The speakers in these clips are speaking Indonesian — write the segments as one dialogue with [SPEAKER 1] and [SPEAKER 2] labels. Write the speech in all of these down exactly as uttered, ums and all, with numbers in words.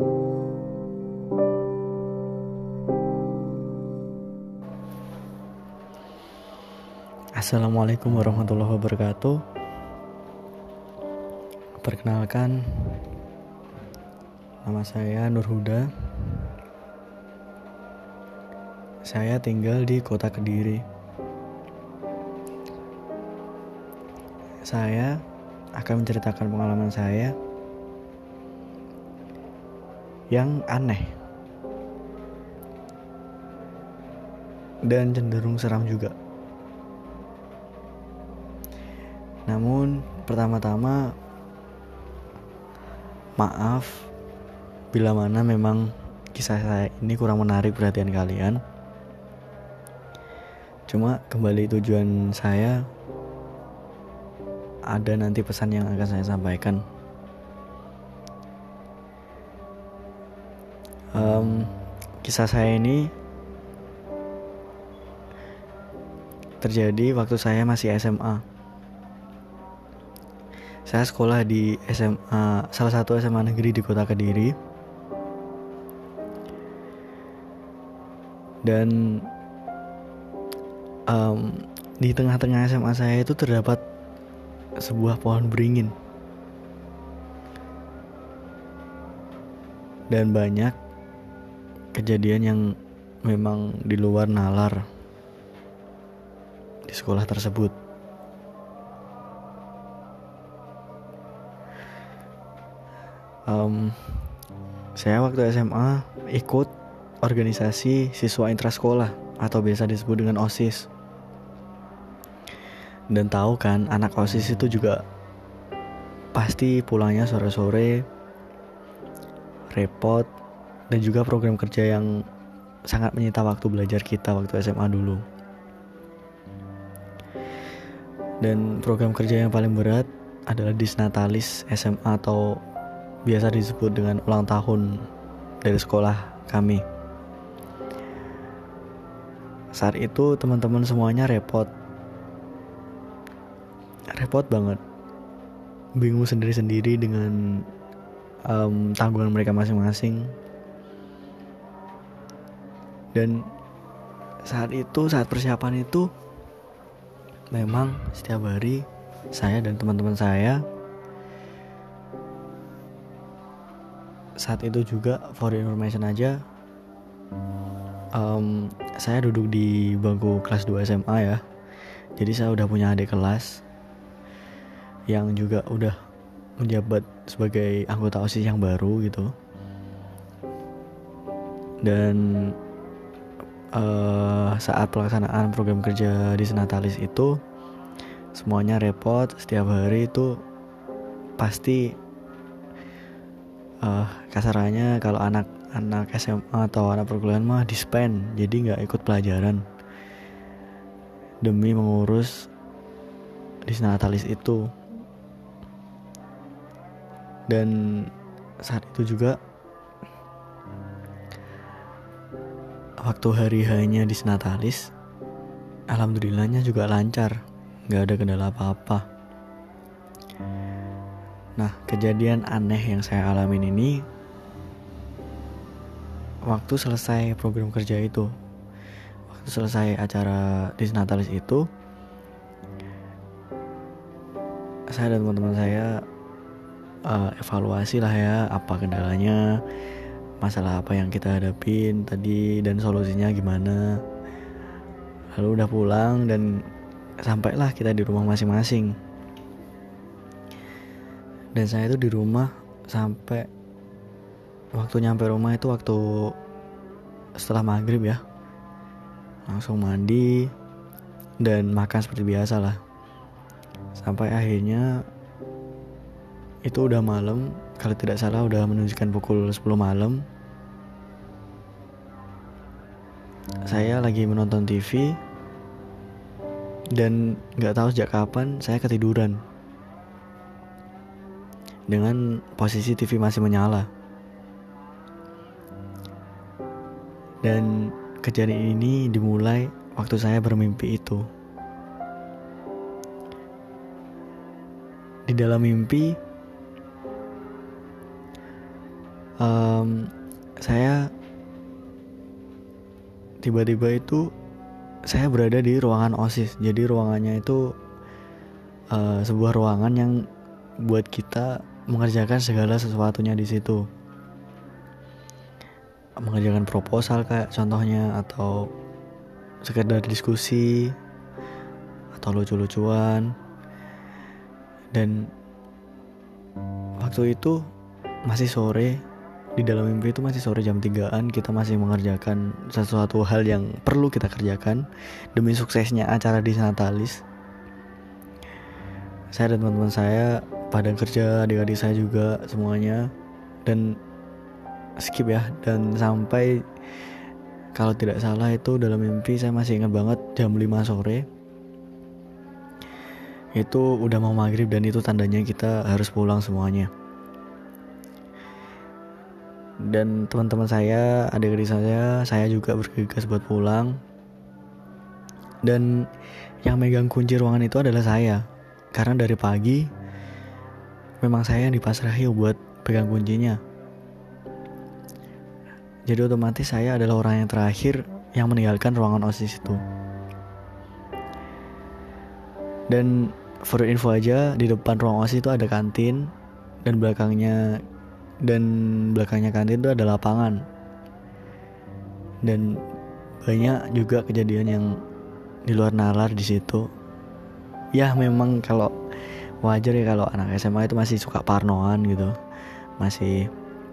[SPEAKER 1] Assalamualaikum warahmatullahi wabarakatuh. Perkenalkan, nama saya Nur Huda. Saya tinggal di kota Kediri. Saya akan menceritakan pengalaman saya yang aneh dan cenderung seram juga. Namun pertama-tama maaf bila mana memang kisah saya ini kurang menarik perhatian kalian. Cuma kembali tujuan saya, ada nanti pesan yang akan saya sampaikan. um, Kisah saya ini terjadi waktu saya masih S M A. Saya sekolah di S M A, salah satu S M A negeri di kota Kediri. Dan um, di tengah-tengah S M A saya itu terdapat sebuah pohon beringin. Dan banyak kejadian yang memang di luar nalar di sekolah tersebut. Um, saya waktu S M A ikut organisasi siswa intrasekolah atau biasa disebut dengan OSIS. Dan tahu kan, anak OSIS itu juga pasti pulangnya sore-sore, repot, dan juga program kerja yang sangat menyita waktu belajar kita waktu S M A dulu. Dan program kerja yang paling berat adalah Disnatalis S M A atau biasa disebut dengan ulang tahun dari sekolah kami. Saat itu teman-teman semuanya repot. Repot banget. Bingung sendiri-sendiri dengan um, tanggungan mereka masing-masing. Dan saat itu, saat persiapan itu, memang setiap hari saya dan teman-teman saya, saat itu juga for information aja, um, saya duduk di bangku kelas dua S M A ya. Jadi saya udah punya adik kelas yang juga udah menjabat sebagai anggota OSIS yang baru gitu. Dan uh, saat pelaksanaan program kerja di Disnatalis itu, semuanya repot. Setiap hari itu pasti uh, kasarannya kalau anak-anak S M A atau anak perkuliahan mah dispen, jadi nggak ikut pelajaran demi mengurus Disnatalis itu. Dan saat itu juga waktu hari hanya Disnatalis, alhamdulillahnya juga lancar, nggak ada kendala apa-apa. Nah, kejadian aneh yang saya alamin ini waktu selesai program kerja itu, waktu selesai acara Disnatalis itu, saya dan teman-teman saya uh, evaluasi lah ya, apa kendalanya, masalah apa yang kita hadapin tadi, dan solusinya gimana. Lalu udah pulang dan sampailah kita di rumah masing-masing. Dan saya itu di rumah sampai waktu nyampe rumah itu waktu setelah maghrib ya, langsung mandi dan makan seperti biasa lah. Sampai akhirnya itu udah malam, kalau tidak salah udah menunjukkan pukul sepuluh malam. Saya lagi menonton T V dan gak tahu sejak kapan saya ketiduran dengan posisi T V masih menyala. Dan kejadian ini dimulai waktu saya bermimpi itu. Di dalam mimpi um, saya tiba-tiba itu saya berada di ruangan OSIS. Jadi ruangannya itu uh, sebuah ruangan yang buat kita mengerjakan segala sesuatunya di situ. Mengerjakan proposal kayak contohnya, atau sekedar diskusi, atau lucu-lucuan. Dan waktu itu masih sore, di dalam mimpi itu masih sore jam tigaan, kita masih mengerjakan sesuatu hal yang perlu kita kerjakan demi suksesnya acara di Natalis. Saya dan teman-teman saya pada kerja, adik-adik saya juga semuanya, dan skip ya, dan sampai kalau tidak salah itu dalam mimpi saya masih ingat banget jam lima sore itu udah mau maghrib, dan itu tandanya kita harus pulang semuanya. Dan teman-teman saya, adik-adik saya, saya juga bergegas buat pulang. Dan yang megang kunci ruangan itu adalah saya, karena dari pagi memang saya yang dipasrahi buat pegang kuncinya. Jadi otomatis saya adalah orang yang terakhir yang meninggalkan ruangan OSIS itu. Dan for info aja, di depan ruang OSIS itu ada kantin, dan belakangnya dan belakangnya kantin itu ada lapangan. Dan banyak juga kejadian yang di luar nalar di situ. Ya memang kalau wajar ya kalau anak S M A itu masih suka parnoan gitu, masih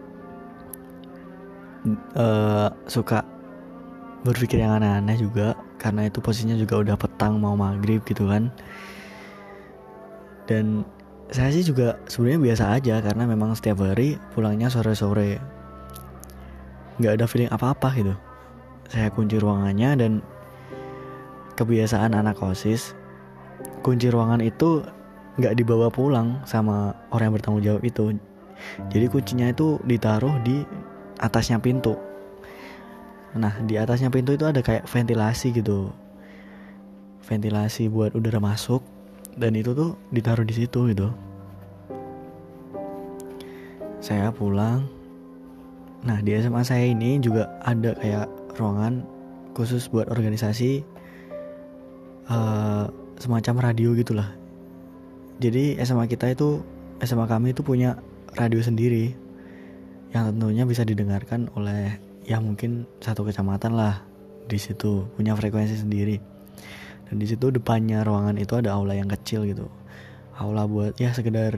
[SPEAKER 1] uh, suka berpikir yang aneh-aneh juga, karena itu posisinya juga udah petang mau maghrib gitu kan. Dan saya sih juga sebenarnya biasa aja, karena memang setiap hari pulangnya sore-sore, nggak ada feeling apa-apa gitu. Saya kunci ruangannya, dan kebiasaan anak OSIS, kunci ruangan itu nggak dibawa pulang sama orang yang bertanggung jawab itu. Jadi kuncinya itu ditaruh di atasnya pintu. Nah di atasnya pintu itu ada kayak ventilasi gitu, ventilasi buat udara masuk, dan itu tuh ditaruh di situ gitu. Saya pulang. Nah di S M A saya ini juga ada kayak ruangan khusus buat organisasi, uh, semacam radio gitulah. Jadi S M A kita itu, S M A kami itu punya radio sendiri yang tentunya bisa didengarkan oleh ya mungkin satu kecamatan lah. Di situ punya frekuensi sendiri. Dan di situ depannya ruangan itu ada aula yang kecil gitu, aula buat ya sekedar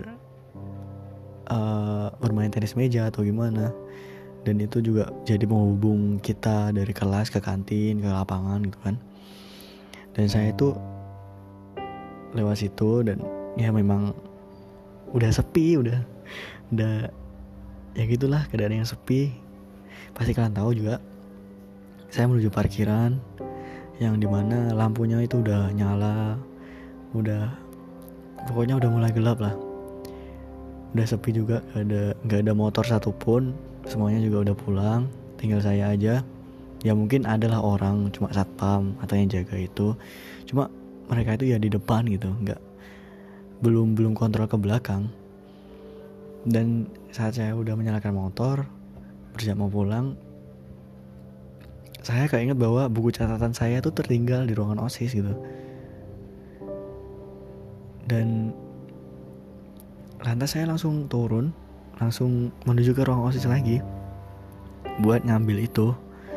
[SPEAKER 1] uh, bermain tenis meja atau gimana. Dan itu juga jadi menghubung kita dari kelas ke kantin, ke lapangan gitu kan. Dan saya itu lewat situ, dan ya memang udah sepi, udah udah ya gitulah keadaan yang sepi. Pasti kalian tahu juga. Saya menuju parkiran yang dimana lampunya itu udah nyala, udah pokoknya udah mulai gelap lah, udah sepi juga, gak ada nggak ada motor satupun, semuanya juga udah pulang, tinggal saya aja. Ya mungkin adalah orang, cuma satpam atau yang jaga itu, cuma mereka itu ya di depan gitu, nggak belum belum kontrol ke belakang. Dan saat saya udah menyalakan motor, bersiap mau pulang, saya keinget bahwa buku catatan saya tuh tertinggal di ruangan OSIS gitu. Dan lantas saya langsung turun, langsung menuju ke ruang OSIS lagi buat ngambil itu.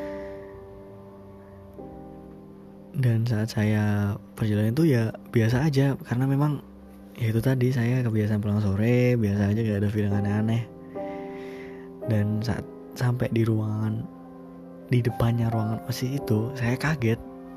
[SPEAKER 1] Dan saat saya perjalanan itu ya biasa aja, karena memang ya itu tadi, saya kebiasaan pulang sore, biasa aja, gak ada feeling aneh-aneh. Dan saat sampai di ruangan, di depannya ruangan OSIS itu, saya kaget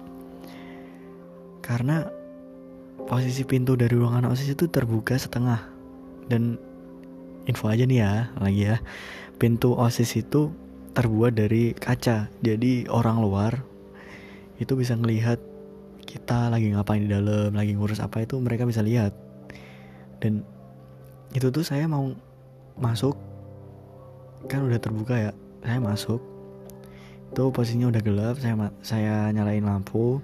[SPEAKER 1] karena posisi pintu dari ruangan OSIS itu terbuka setengah. Dan info aja nih ya, lagi ya, pintu OSIS itu terbuat dari kaca, jadi orang luar itu bisa ngelihat kita lagi ngapain di dalam, lagi ngurus apa, itu mereka bisa lihat. Dan itu tuh saya mau masuk, kan udah terbuka ya, saya masuk, itu posisinya udah gelap, saya saya nyalain lampu.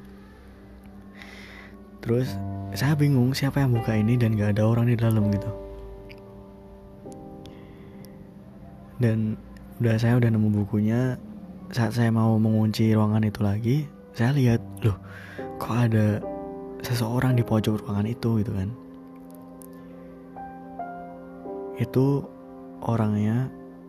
[SPEAKER 1] Terus saya bingung siapa yang buka ini, dan gak ada orang di dalam gitu. Dan Udah saya udah nemu bukunya. Saat saya mau mengunci ruangan itu lagi, saya lihat, loh, kok ada seseorang di pojok ruangan itu gitu kan. Itu orangnya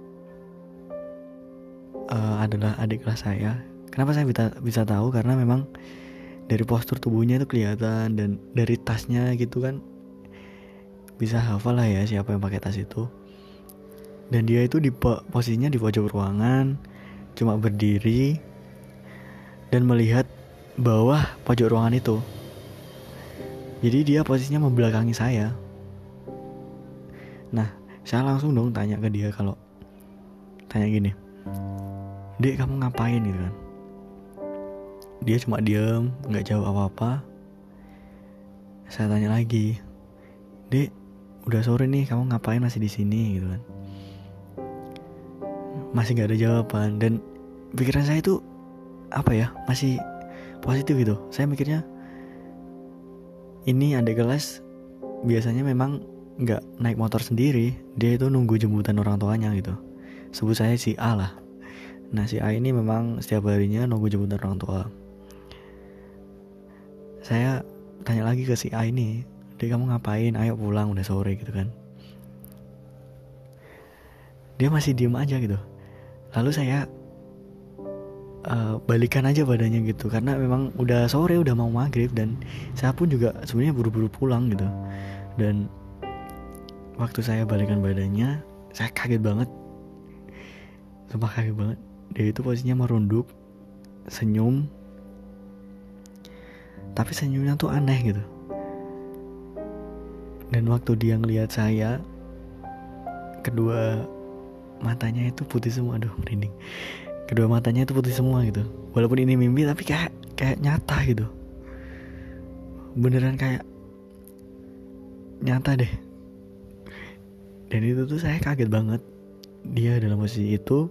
[SPEAKER 1] uh, adalah adik kelas saya. Kenapa saya bisa bisa tahu? Karena memang dari postur tubuhnya itu kelihatan, dan dari tasnya gitu kan bisa hafal lah ya siapa yang pakai tas itu. Dan dia itu di po- posisinya di pojok ruangan, cuma berdiri dan melihat bawah pojok ruangan itu. Jadi dia posisinya membelakangi saya. Nah, saya langsung dong tanya ke dia, kalau tanya gini, "Dek, kamu ngapain?" gitu kan. Dia cuma diam, gak jawab apa-apa. Saya tanya lagi, "Dek, udah sore nih, kamu ngapain masih di sini?" gitu kan. Masih gak ada jawaban. Dan pikiran saya itu apa ya, masih positif gitu. Saya mikirnya, ini adik kelas biasanya memang gak naik motor sendiri, dia itu nunggu jemputan orang tuanya gitu. Sebut saya si A lah. Nah, si A ini memang setiap harinya nunggu jemputan orang tua. Saya tanya lagi ke si A ini, "Dek, kamu ngapain? Ayo pulang, udah sore," gitu kan. Dia masih diem aja gitu. Lalu saya uh, balikan aja badannya gitu, karena memang udah sore, udah mau maghrib, dan saya pun juga sebenarnya buru-buru pulang gitu. Dan waktu saya balikan badannya, saya kaget banget. Sumpah kaget banget. Dia itu posisinya merunduk, senyum, tapi senyumnya tuh aneh gitu. Dan waktu dia ngelihat saya, kedua matanya itu putih semua. Aduh, merinding. Kedua matanya itu putih semua gitu. Walaupun ini mimpi, tapi kayak kayak nyata gitu. Beneran kayak nyata deh. Dan itu tuh saya kaget banget. Dia dalam posisi itu.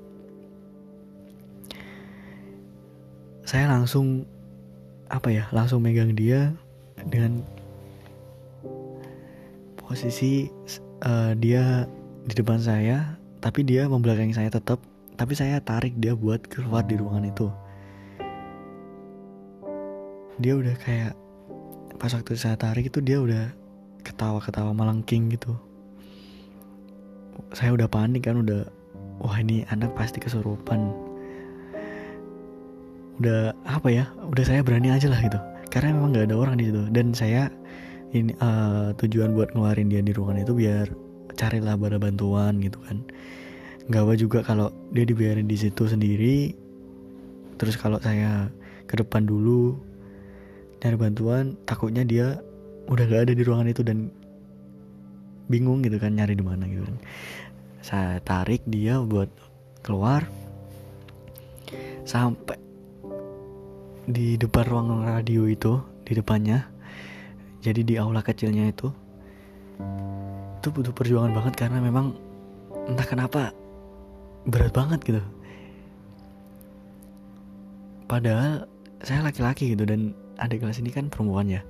[SPEAKER 1] Saya langsung apa ya, langsung megang dia dengan posisi uh, dia di depan saya, tapi dia membelakangi saya tetap. Tapi saya tarik dia buat keluar di ruangan itu. Dia udah kayak, pas waktu saya tarik itu dia udah ketawa-ketawa melengking gitu. Saya udah panik kan, udah, wah ini anak pasti kesurupan. Udah apa ya, udah saya berani aja lah gitu, karena memang nggak ada orang di situ. Dan saya ini uh, tujuan buat ngeluarin dia di ruangan itu biar carilah bala bantuan gitu kan. Nggak apa juga kalau dia dibiarin di situ sendiri, terus kalau saya ke depan dulu cari bantuan, takutnya dia udah nggak ada di ruangan itu dan bingung gitu kan nyari di mana gitu kan. Saya tarik dia buat keluar sampai di depan ruang radio itu, di depannya. Jadi di aula kecilnya itu itu butuh perjuangan banget, karena memang entah kenapa berat banget gitu. Padahal saya laki-laki gitu, dan adik kelas ini kan perempuan ya.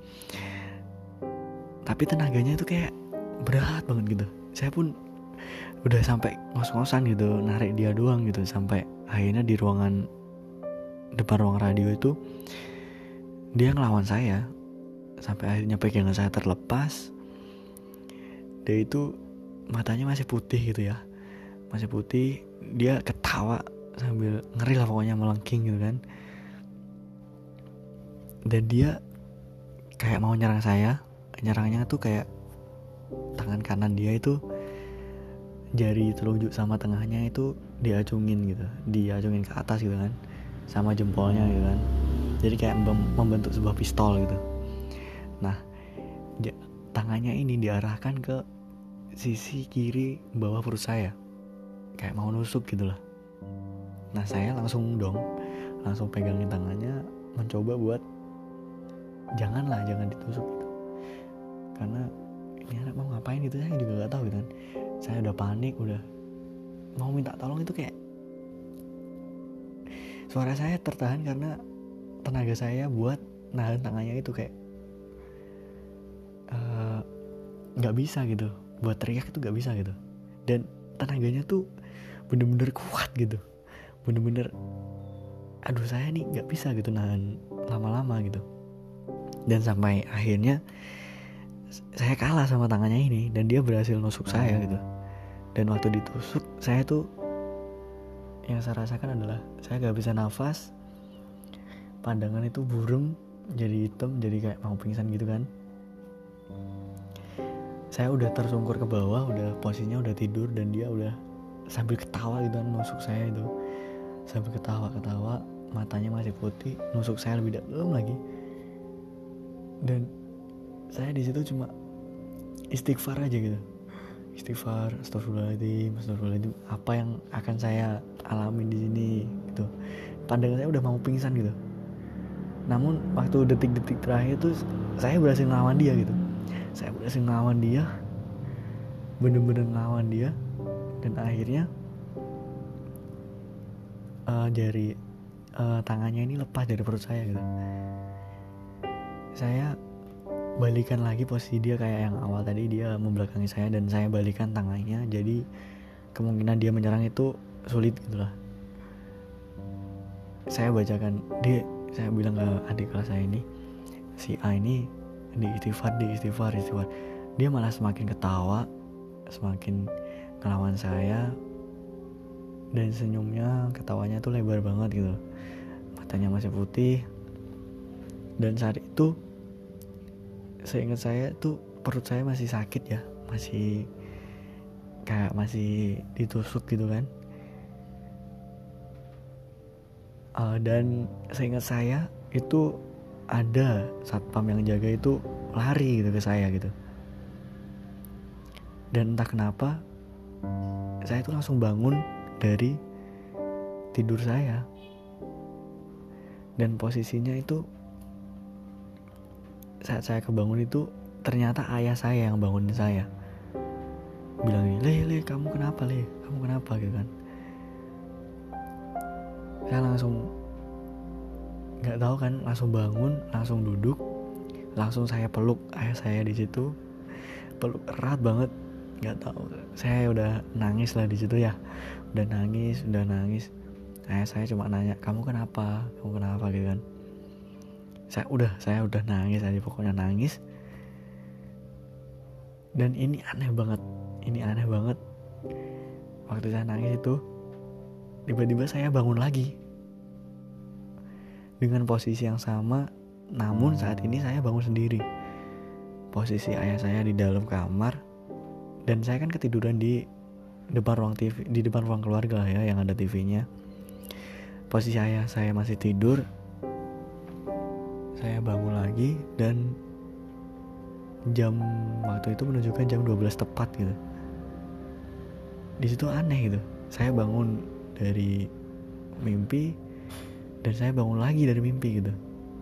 [SPEAKER 1] Tapi tenaganya itu kayak berat banget gitu. Saya pun udah sampai ngos-ngosan gitu, narik dia doang gitu, sampai akhirnya di ruangan depan ruang radio itu dia ngelawan saya, sampai akhirnya pegangan saya terlepas. Dia itu matanya masih putih gitu ya, masih putih. Dia ketawa sambil ngeri lah pokoknya, melengking gitu kan. Dan dia kayak mau nyerang saya. Nyerangnya tuh kayak tangan kanan dia itu, jari telunjuk sama tengahnya itu diacungin gitu, diacungin ke atas gitu kan, sama jempolnya gitu kan. Jadi kayak membentuk sebuah pistol gitu. Nah, j- tangannya ini diarahkan ke sisi kiri bawah perut saya, kayak mau nusuk gitu lah. Nah, saya langsung dong langsung pegangin tangannya, mencoba buat janganlah, jangan ditusuk gitu. Karena ini anak mau ngapain gitu, saya juga gak tahu gitu kan. Saya udah panik, udah mau minta tolong, itu kayak suara saya tertahan karena tenaga saya buat nahan tangannya itu kayak uh, gak bisa gitu, buat teriak itu gak bisa gitu. Dan tenaganya tuh bener-bener kuat gitu, bener-bener aduh saya nih nggak bisa gitu nahan lama-lama gitu. Dan sampai akhirnya saya kalah sama tangannya ini dan dia berhasil nusuk saya gitu. Dan waktu ditusuk saya tuh yang saya rasakan adalah saya gak bisa nafas, pandangan itu buram, jadi hitam, jadi kayak mau pingsan gitu kan. Saya udah tersungkur ke bawah, udah posisinya udah tidur dan dia udah sambil ketawa gitu kan nusuk saya itu, sambil ketawa-ketawa, matanya masih putih, nusuk saya lebih dalam lagi. Dan saya di situ cuma istighfar aja gitu, istighfar, astagfirullahaladzim, astagfirullahaladzim, apa yang akan saya alamin di sini gitu. Pandangan saya udah mau pingsan gitu. Namun waktu detik-detik terakhir tuh saya berhasil ngelawan dia gitu. Saya berhasil ngelawan dia, bener-bener ngelawan dia. Dan akhirnya uh, jari uh, tangannya ini lepas dari perut saya gitu. Saya balikan lagi posisi dia kayak yang awal tadi, dia membelakangi saya dan saya balikan tangannya, jadi kemungkinan dia menyerang itu sulit gitulah. Saya bacakan, dia, saya bilang ke adik kelas saya ini, si A ini di istighfar, di istighfar, istighfar. Dia malah semakin ketawa, semakin ngelawan saya, dan senyumnya, ketawanya tuh lebar banget gitu, matanya masih putih. Dan saat itu seingat saya tuh perut saya masih sakit ya, masih kayak masih ditusuk gitu kan. Uh, dan seingat saya itu ada satpam yang jaga itu lari gitu ke saya gitu. Dan entah kenapa saya itu langsung bangun dari tidur saya. Dan posisinya itu saat saya kebangun itu ternyata ayah saya yang bangunin saya, bilang, Le, Le, kamu kenapa, Le, kamu kenapa gitu kan. Saya langsung nggak tahu kan, langsung bangun, langsung duduk, langsung saya peluk ayah saya di situ, peluk erat banget. Nggak tahu, saya udah nangis lah di situ ya, udah nangis, udah nangis. Ayah saya cuma nanya, kamu kenapa, kamu kenapa gitu kan. Saya udah, saya udah nangis aja, pokoknya nangis. Dan ini aneh banget, ini aneh banget. Waktu saya nangis itu, tiba-tiba saya bangun lagi dengan posisi yang sama, namun saat ini saya bangun sendiri. Posisi ayah saya di dalam kamar, dan saya kan ketiduran di depan ruang T V, di depan ruang keluarga ya, yang ada T V-nya. Posisi ayah saya masih tidur. Saya bangun lagi dan jam waktu itu menunjukkan jam dua belas tepat gitu. Di situ aneh gitu. Saya bangun dari mimpi dan saya bangun lagi dari mimpi gitu.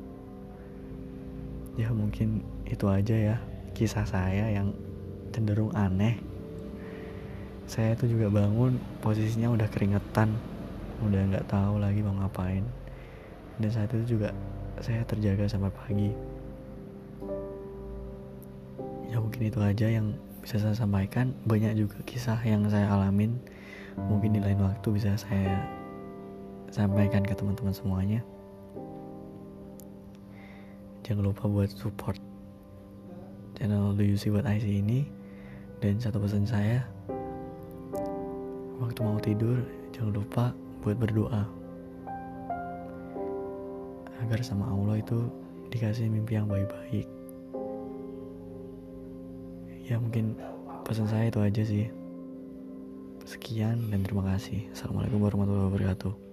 [SPEAKER 1] Ya mungkin itu aja ya kisah saya yang cenderung aneh. Saya tuh juga bangun posisinya udah keringetan, udah nggak tahu lagi mau ngapain. Dan saat itu juga saya terjaga sampai pagi. Ya mungkin itu aja yang bisa saya sampaikan. Banyak juga kisah yang saya alamin, mungkin di lain waktu bisa saya sampaikan ke teman-teman semuanya. Jangan lupa buat support channel Do You See What I See ini. Dan satu pesan saya, waktu mau tidur jangan lupa buat berdoa agar sama Allah itu dikasih mimpi yang baik-baik. Ya mungkin pesan saya itu aja sih. Sekian dan terima kasih. Assalamualaikum warahmatullahi wabarakatuh.